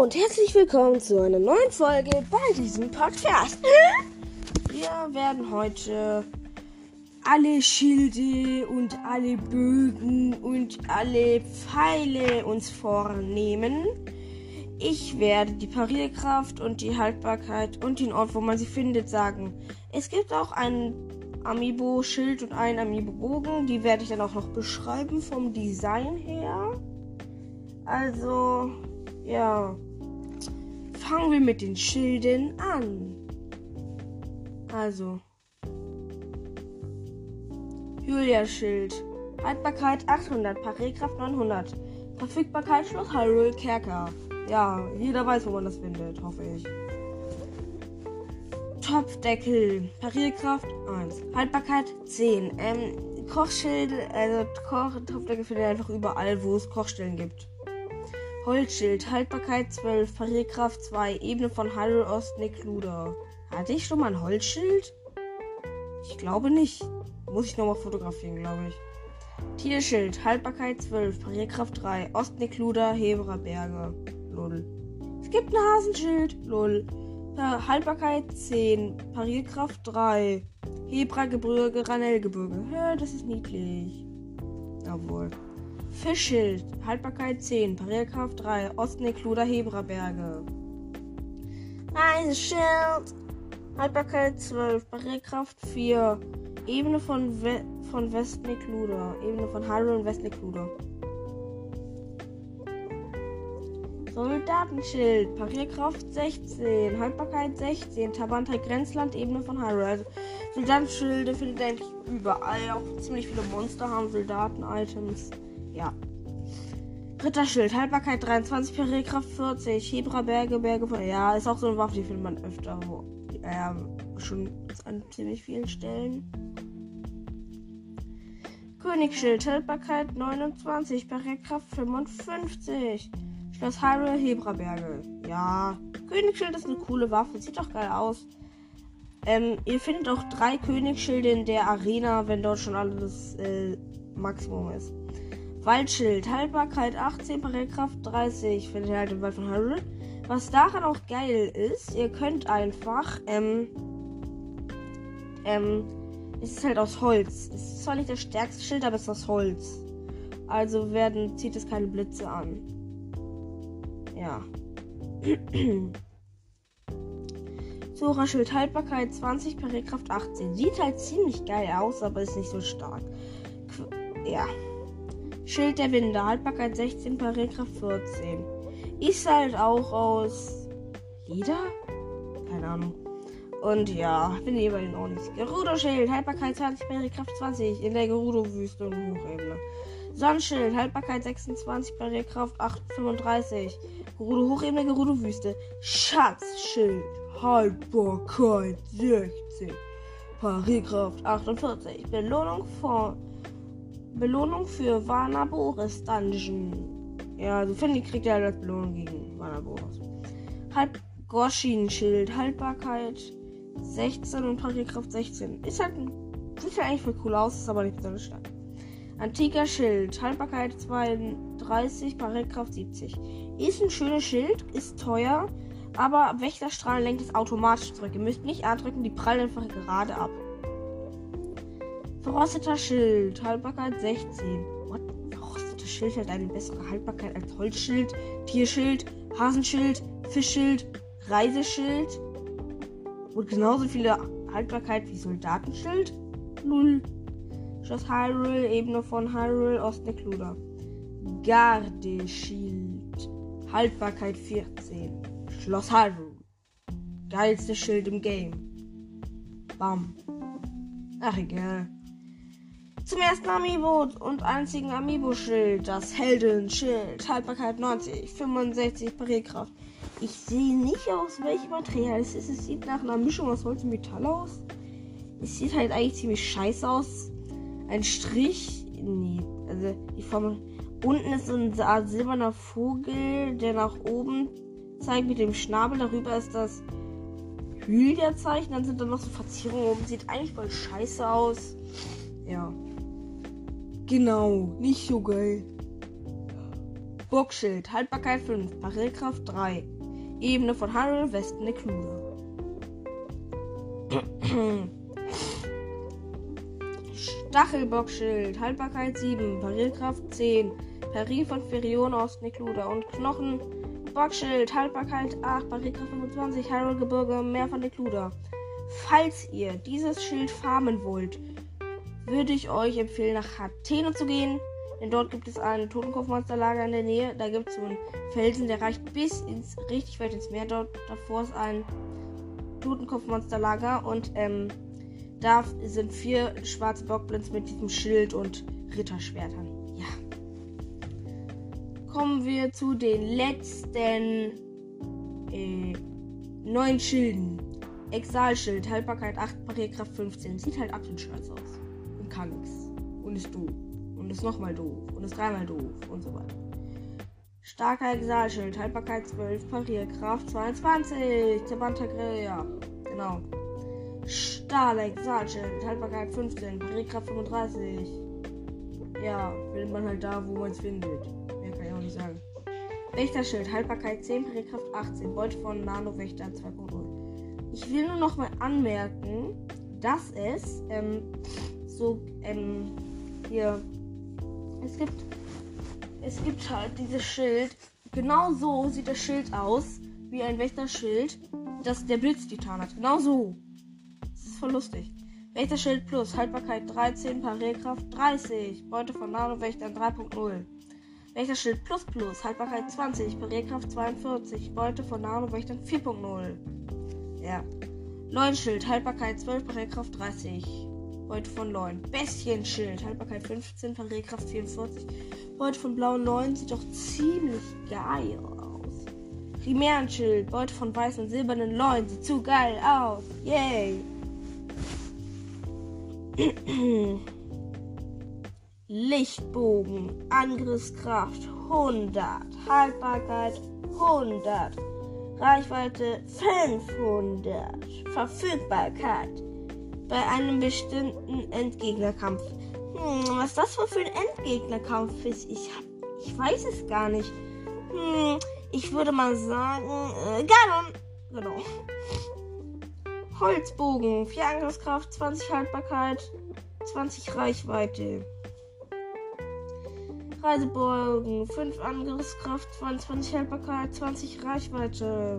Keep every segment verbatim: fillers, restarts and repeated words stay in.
und herzlich willkommen zu einer neuen Folge bei diesem Podcast. Wir werden heute alle Schilde und alle Bögen und alle Pfeile uns vornehmen. Ich werde die Parierkraft und die Haltbarkeit und den Ort, wo man sie findet, sagen. Es gibt auch ein Amiibo-Schild und einen Amiibo-Bogen. Die werde ich dann auch noch beschreiben vom Design her. Also, ja. Fangen wir mit den Schilden an. Also. Julia-Schild. Haltbarkeit achthundert, Parierkraft neunhundert. Verfügbarkeit Schloss Hyrule Kerker. Ja, jeder weiß, wo man das findet, hoffe ich. Topfdeckel. Parierkraft eins. Haltbarkeit zehn. Ähm, Kochschild, also Koch, Topfdeckel findet ihr einfach überall, wo es Kochstellen gibt. Holzschild. Haltbarkeit zwölf. Parierkraft zwei. Ebene von Hyrule Ost Necluda. Hatte ich schon mal ein Holzschild? Ich glaube nicht. Muss ich nochmal fotografieren, glaube ich. Tierschild. Haltbarkeit zwölf. Parierkraft drei. Ost Necluda, Hebra Berge. Lol. Es gibt ein Hasenschild. Lol. Haltbarkeit zehn. Parierkraft drei. Hebra Gebirge, Ranellgebirge. Ja, das ist niedlich. Jawohl. Fischschild. Haltbarkeit zehn. Parierkraft drei. Ost Necluda, Hebra Berge. Eisschild. Haltbarkeit zwölf. Parierkraft vier. Ebene von, We- von West Necluda. Ebene von Hyrule und West Necluda. Soldatenschild. Parierkraft sechzehn. Haltbarkeit sechzehn. Tabantei Grenzland. Ebene von Hyrule. Also Soldatenschilde findet ihr eigentlich überall. Auch ziemlich viele Monster haben Soldaten-Items. Ja. Ritterschild. Haltbarkeit dreiundzwanzig. Parierkraft vierzig. Hebra Berge. Berge von... Ja, ist auch so eine Waffe, die findet man öfter. Wo, ja, schon an ziemlich vielen Stellen. Königsschild. Haltbarkeit neunundzwanzig. Parierkraft fünfundfünfzig. Schloss Hyrule, Hebra Berge. Ja, Königsschild ist eine coole Waffe. Sieht doch geil aus. Ähm, ihr findet auch drei Königsschilde in der Arena, wenn dort schon alles äh, Maximum ist. Waldschild. Haltbarkeit achtzehn, Parierkraft dreißig. Findet ihr halt im Wald von Hyrule. Was daran auch geil ist, ihr könnt einfach, ähm, ähm, es ist halt aus Holz. Es ist zwar nicht das stärkste Schild, aber es ist aus Holz. Also werden, zieht es keine Blitze an. Ja. Sucherschild. Haltbarkeit zwanzig, Parierkraft achtzehn. Sieht halt ziemlich geil aus, aber ist nicht so stark. Qu- ja. Schild der Winde. Haltbarkeit sechzehn, Parierkraft vierzehn. Ist halt auch aus Leder? Keine Ahnung. Und ja, finde ich bei den auch nicht. Gerudo-Schild. Haltbarkeit zwanzig, Parierkraft zwanzig. In der Gerudo-Wüste und Hochebene. Sonnenschild. Haltbarkeit sechsundzwanzig, Parierkraft fünfunddreißig. Gerudo Hochebene, Gerudo Wüste. Schatzschild. Haltbarkeit sechzehn. Parierkraft achtundvierzig. Belohnung für Belohnung für Vana Boris Dungeon. Ja, also finde ich, kriegt ihr halt als Belohnung gegen Vana Boris. Halb Goschin-Schild. Haltbarkeit sechzehn und Parierkraft sechzehn. Ist halt ein, sieht halt eigentlich voll cool aus, ist aber nicht besonders stark. Antiker Schild. Haltbarkeit zweiunddreißig, Parierkraft siebzig. Ist ein schönes Schild, ist teuer, aber Wächterstrahlen lenkt es automatisch zurück. Ihr müsst nicht andrücken, die prallen einfach gerade ab. Verrosteter Schild. Haltbarkeit sechzehn. What? Verrosteter Schild hat eine bessere Haltbarkeit als Holzschild, Tierschild, Hasenschild, Fischschild, Reiseschild. Und genauso viele Haltbarkeit wie Soldatenschild. Null. Schloss Hyrule, Ebene von Hyrule, Ost Necluda. Gardeschild. Haltbarkeit vierzehn. Schloss Hyrule. Geilste Schild im Game. Bam. Ach egal. Zum ersten Amiibo und einzigen Amiibo-Schild. Das Heldenschild. Haltbarkeit neunzig, fünfundsechzig, Parierkraft. Ich sehe nicht aus, welchem Material es ist. Es sieht nach einer Mischung aus Holz und Metall aus. Es sieht halt eigentlich ziemlich scheiße aus. Ein Strich. Nee, also die Form. Unten ist so ein silberner Vogel, der nach oben zeigt mit dem Schnabel. Darüber ist das Hylia-Zeichen. Dann sind da noch so Verzierungen oben. Sieht eigentlich voll scheiße aus. Ja. Genau, nicht so geil. Bockschild, Haltbarkeit fünf, Parierkraft drei. Ebene von Hyrule, Westen Necluda. Stachelbockschild, Haltbarkeit sieben, Parierkraft zehn. Parie von Ferion aus Necluda. Und Knochenbockschild, Haltbarkeit acht, Parierkraft fünfundzwanzig, Hyrule Gebirge, Meer von Necluda. Falls ihr dieses Schild farmen wollt, würde ich euch empfehlen, nach Hateno zu gehen. Denn dort gibt es ein Totenkopfmonsterlager in der Nähe. Da gibt es so einen Felsen, der reicht bis ins richtig weit ins Meer. Dort davor ist ein Totenkopfmonsterlager. Und ähm, da sind vier schwarze Bockblins mit diesem Schild und Ritterschwertern. Ja. Kommen wir zu den letzten äh, neun Schilden. Exalschild, Haltbarkeit acht, Parierkraft fünfzehn. Sieht halt absolut scheiße aus. Und kann nichts. Und ist doof. Und ist nochmal doof. Und ist dreimal doof. Und so weiter. Starker Exalschild, Haltbarkeit zwölf, Parierkraft zweiundzwanzig. Zerbannter Grill, ja. Genau. Stahl Exalschild, Haltbarkeit fünfzehn, Parierkraft fünfunddreißig. Ja, findet man halt da, wo man es findet. Mehr kann ich auch nicht sagen. Wächterschild, Haltbarkeit zehn, Parierkraft achtzehn. Beute von Nano-Wächter zwei Punkt null. Ich will nur noch mal anmerken, dass es ähm, so ähm, hier es gibt es gibt halt dieses Schild. Genau so sieht das Schild aus, wie ein Wächterschild, das der Blitztitan hat. Genau so. Das ist voll lustig. Wächterschild plus Haltbarkeit dreizehn, Parierkraft dreißig, Beute von Nano-Wächtern drei Punkt null. Wächterschild plus plus Haltbarkeit zwanzig, Parierkraft zweiundvierzig, Beute von Nano-Wächtern vier Punkt null. Ja. Leunschild, Haltbarkeit zwölf, Parierkraft dreißig. Beute von Leun. Bestienschild, Haltbarkeit fünfzehn, Parierkraft vierundvierzig. Beute von blauen Leun sieht doch ziemlich geil aus. Chimären-Schild, Beute von weißen und silbernen Leun sieht zu geil aus. Yay! Lichtbogen, Angriffskraft hundert, Haltbarkeit hundert. Reichweite fünfhundert. Verfügbarkeit bei einem bestimmten Endgegnerkampf. Hm, was das für ein Endgegnerkampf ist, ich, hab, ich weiß es gar nicht. Hm, ich würde mal sagen, äh, Ganon. Genau. Holzbogen, vier Angriffskraft, zwanzig Haltbarkeit, zwanzig Reichweite. Reisebogen, fünf Angriffskraft, zweiundzwanzig Haltbarkeit, zwanzig Reichweite.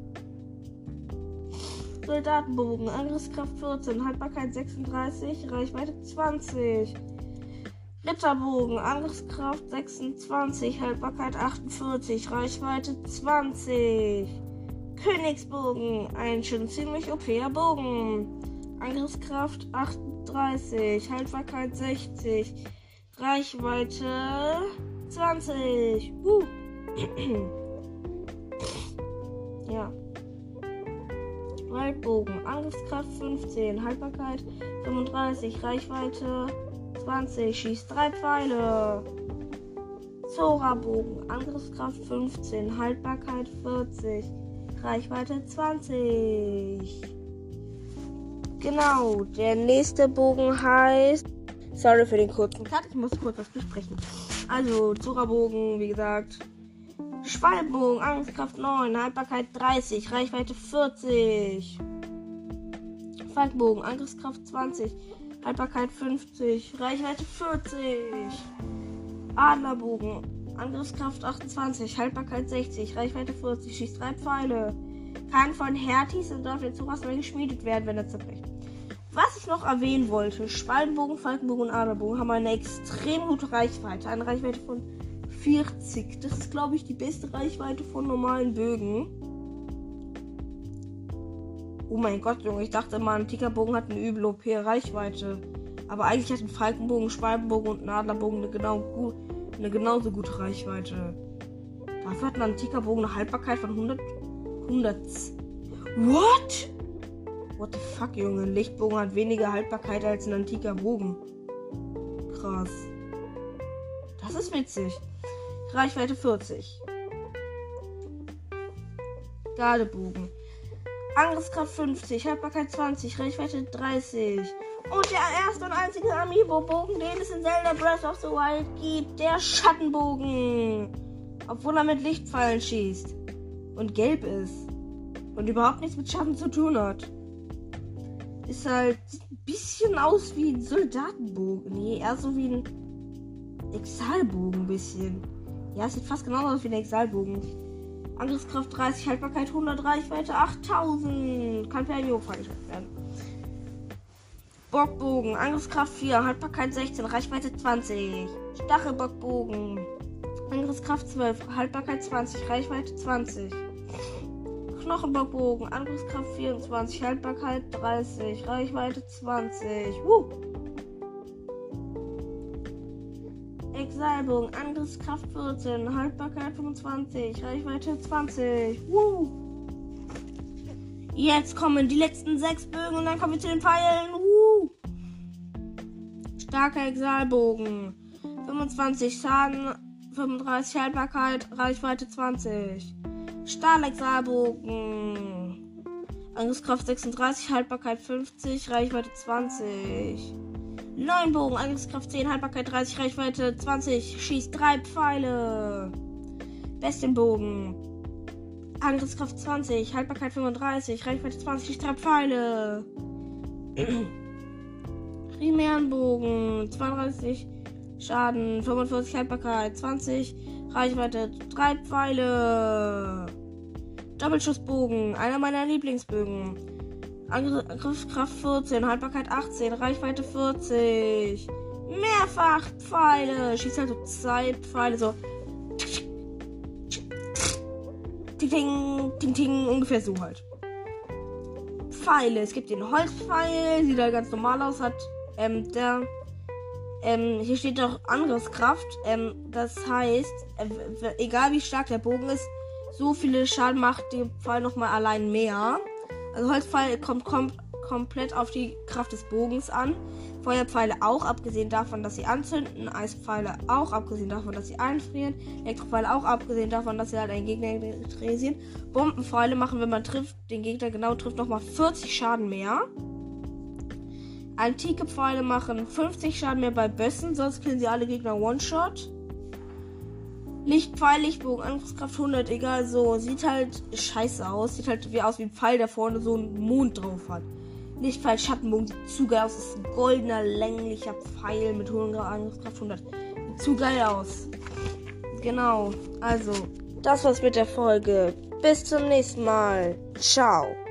Soldatenbogen, Angriffskraft vierzehn, Haltbarkeit sechsunddreißig, Reichweite zwanzig. Ritterbogen, Angriffskraft sechsundzwanzig, Haltbarkeit achtundvierzig, Reichweite zwanzig. Königsbogen, ein schon ziemlich O P-er Bogen. Angriffskraft achtunddreißig, Haltbarkeit sechzig. Reichweite zwanzig. Uh. Ja. Waldbogen. Angriffskraft fünfzehn. Haltbarkeit fünfunddreißig. Reichweite zwanzig. Schießt drei Pfeile. Zora-Bogen. Angriffskraft fünfzehn. Haltbarkeit vierzig. Reichweite zwanzig. Genau. Der nächste Bogen heißt... Sorry für den kurzen Cut, ich muss kurz was besprechen. Also, Zora-Bogen, wie gesagt. Schwalbenbogen, Angriffskraft neun, Haltbarkeit dreißig, Reichweite vierzig. Falkbogen, Angriffskraft zwanzig, Haltbarkeit fünfzig, Reichweite vierzig. Adlerbogen, Angriffskraft achtundzwanzig, Haltbarkeit sechzig, Reichweite vierzig, schießt drei Pfeile. Kann von Hertis und darf der Zoras neu geschmiedet werden, wenn er zerbricht. Was ich noch erwähnen wollte, Schwalbenbogen, Falkenbogen und Adlerbogen haben eine extrem gute Reichweite. Eine Reichweite von vierzig. Das ist, glaube ich, die beste Reichweite von normalen Bögen. Oh mein Gott, Junge, ich dachte immer, ein Tickerbogen hat eine übel O P-Reichweite. Aber eigentlich hat ein Falkenbogen, Schwalbenbogen und ein Adlerbogen eine, genau gu- eine genauso gute Reichweite. Dafür hat ein Antikerbogen eine Haltbarkeit von hundert. hundert. What? What the fuck, Junge? Ein Lichtbogen hat weniger Haltbarkeit als ein antiker Bogen. Krass. Das ist witzig. Reichweite vierzig. Gardebogen. Angriffskraft fünfzig, Haltbarkeit zwanzig, Reichweite dreißig. Und der erste und einzige Amiibo-Bogen, den es in Zelda Breath of the Wild gibt. Der Schattenbogen. Obwohl er mit Lichtpfeilen schießt. Und gelb ist. Und überhaupt nichts mit Schatten zu tun hat. Ist halt, sieht ein bisschen aus wie ein Soldatenbogen. Nee, eher so wie ein Exalbogen ein bisschen. Ja, es sieht fast genauso aus wie ein Exalbogen. Angriffskraft dreißig, Haltbarkeit hundert, Reichweite achttausend. Kann per Io freigeschaltet werden. Bockbogen, Angriffskraft vier, Haltbarkeit sechzehn, Reichweite zwanzig. Stachelbockbogen, Angriffskraft zwölf, Haltbarkeit zwanzig, Reichweite zwanzig. Knochenbockbogen, Angriffskraft vierundzwanzig, Haltbarkeit dreißig, Reichweite zwanzig. Woo! Exalbogen, Angriffskraft vierzehn, Haltbarkeit fünfundzwanzig, Reichweite zwanzig. Woo! Jetzt kommen die letzten sechs Bögen und dann kommen wir zu den Pfeilen. Woo! Starker Exalbogen, fünfundzwanzig Schaden, fünfunddreißig Haltbarkeit, Reichweite zwanzig. Stahlexalbogen, Angriffskraft sechsunddreißig, Haltbarkeit fünfzig, Reichweite zwanzig. Leuenbogen, Angriffskraft zehn, Haltbarkeit dreißig, Reichweite zwanzig, schießt drei Pfeile. Bestienbogen, Angriffskraft zwanzig, Haltbarkeit fünfunddreißig, Reichweite zwanzig, schießt drei Pfeile. Chimärenbogen, zweiunddreißig Schaden, fünfundvierzig Haltbarkeit, zwanzig, Reichweite, drei Pfeile. Doppelschussbogen, einer meiner Lieblingsbögen. Angriffskraft vierzehn, Haltbarkeit achtzehn, Reichweite vierzig. Mehrfach Pfeile. Schießt halt so zwei Pfeile, so. Ting, ting, ting, ting, ungefähr so halt. Pfeile. Es gibt den Holzpfeil, sieht halt ganz normal aus, hat, ähm, der, ähm, hier steht doch Angriffskraft, ähm, das heißt, äh, egal wie stark der Bogen ist, so viele Schaden macht der Pfeil nochmal allein mehr. Also Holzpfeil kommt, kommt komplett auf die Kraft des Bogens an. Feuerpfeile auch, abgesehen davon, dass sie anzünden. Eispfeile auch, abgesehen davon, dass sie einfrieren. Elektropfeile auch, abgesehen davon, dass sie halt einen Gegner elektrisieren. Bombenpfeile machen, wenn man trifft, den Gegner genau trifft, nochmal vierzig Schaden mehr. Antike Pfeile machen fünfzig Schaden mehr bei Bössen, sonst killen sie alle Gegner One-Shot. Lichtpfeil, Lichtbogen, Angriffskraft hundert, egal so. Sieht halt scheiße aus. Sieht halt wie aus wie ein Pfeil, der vorne so einen Mond drauf hat. Lichtpfeil, Schattenbogen, sieht zu geil aus. Das ist ein goldener, länglicher Pfeil mit hundert, Angriffskraft hundert. Sieht zu geil aus. Genau. Also, das war's mit der Folge. Bis zum nächsten Mal. Ciao.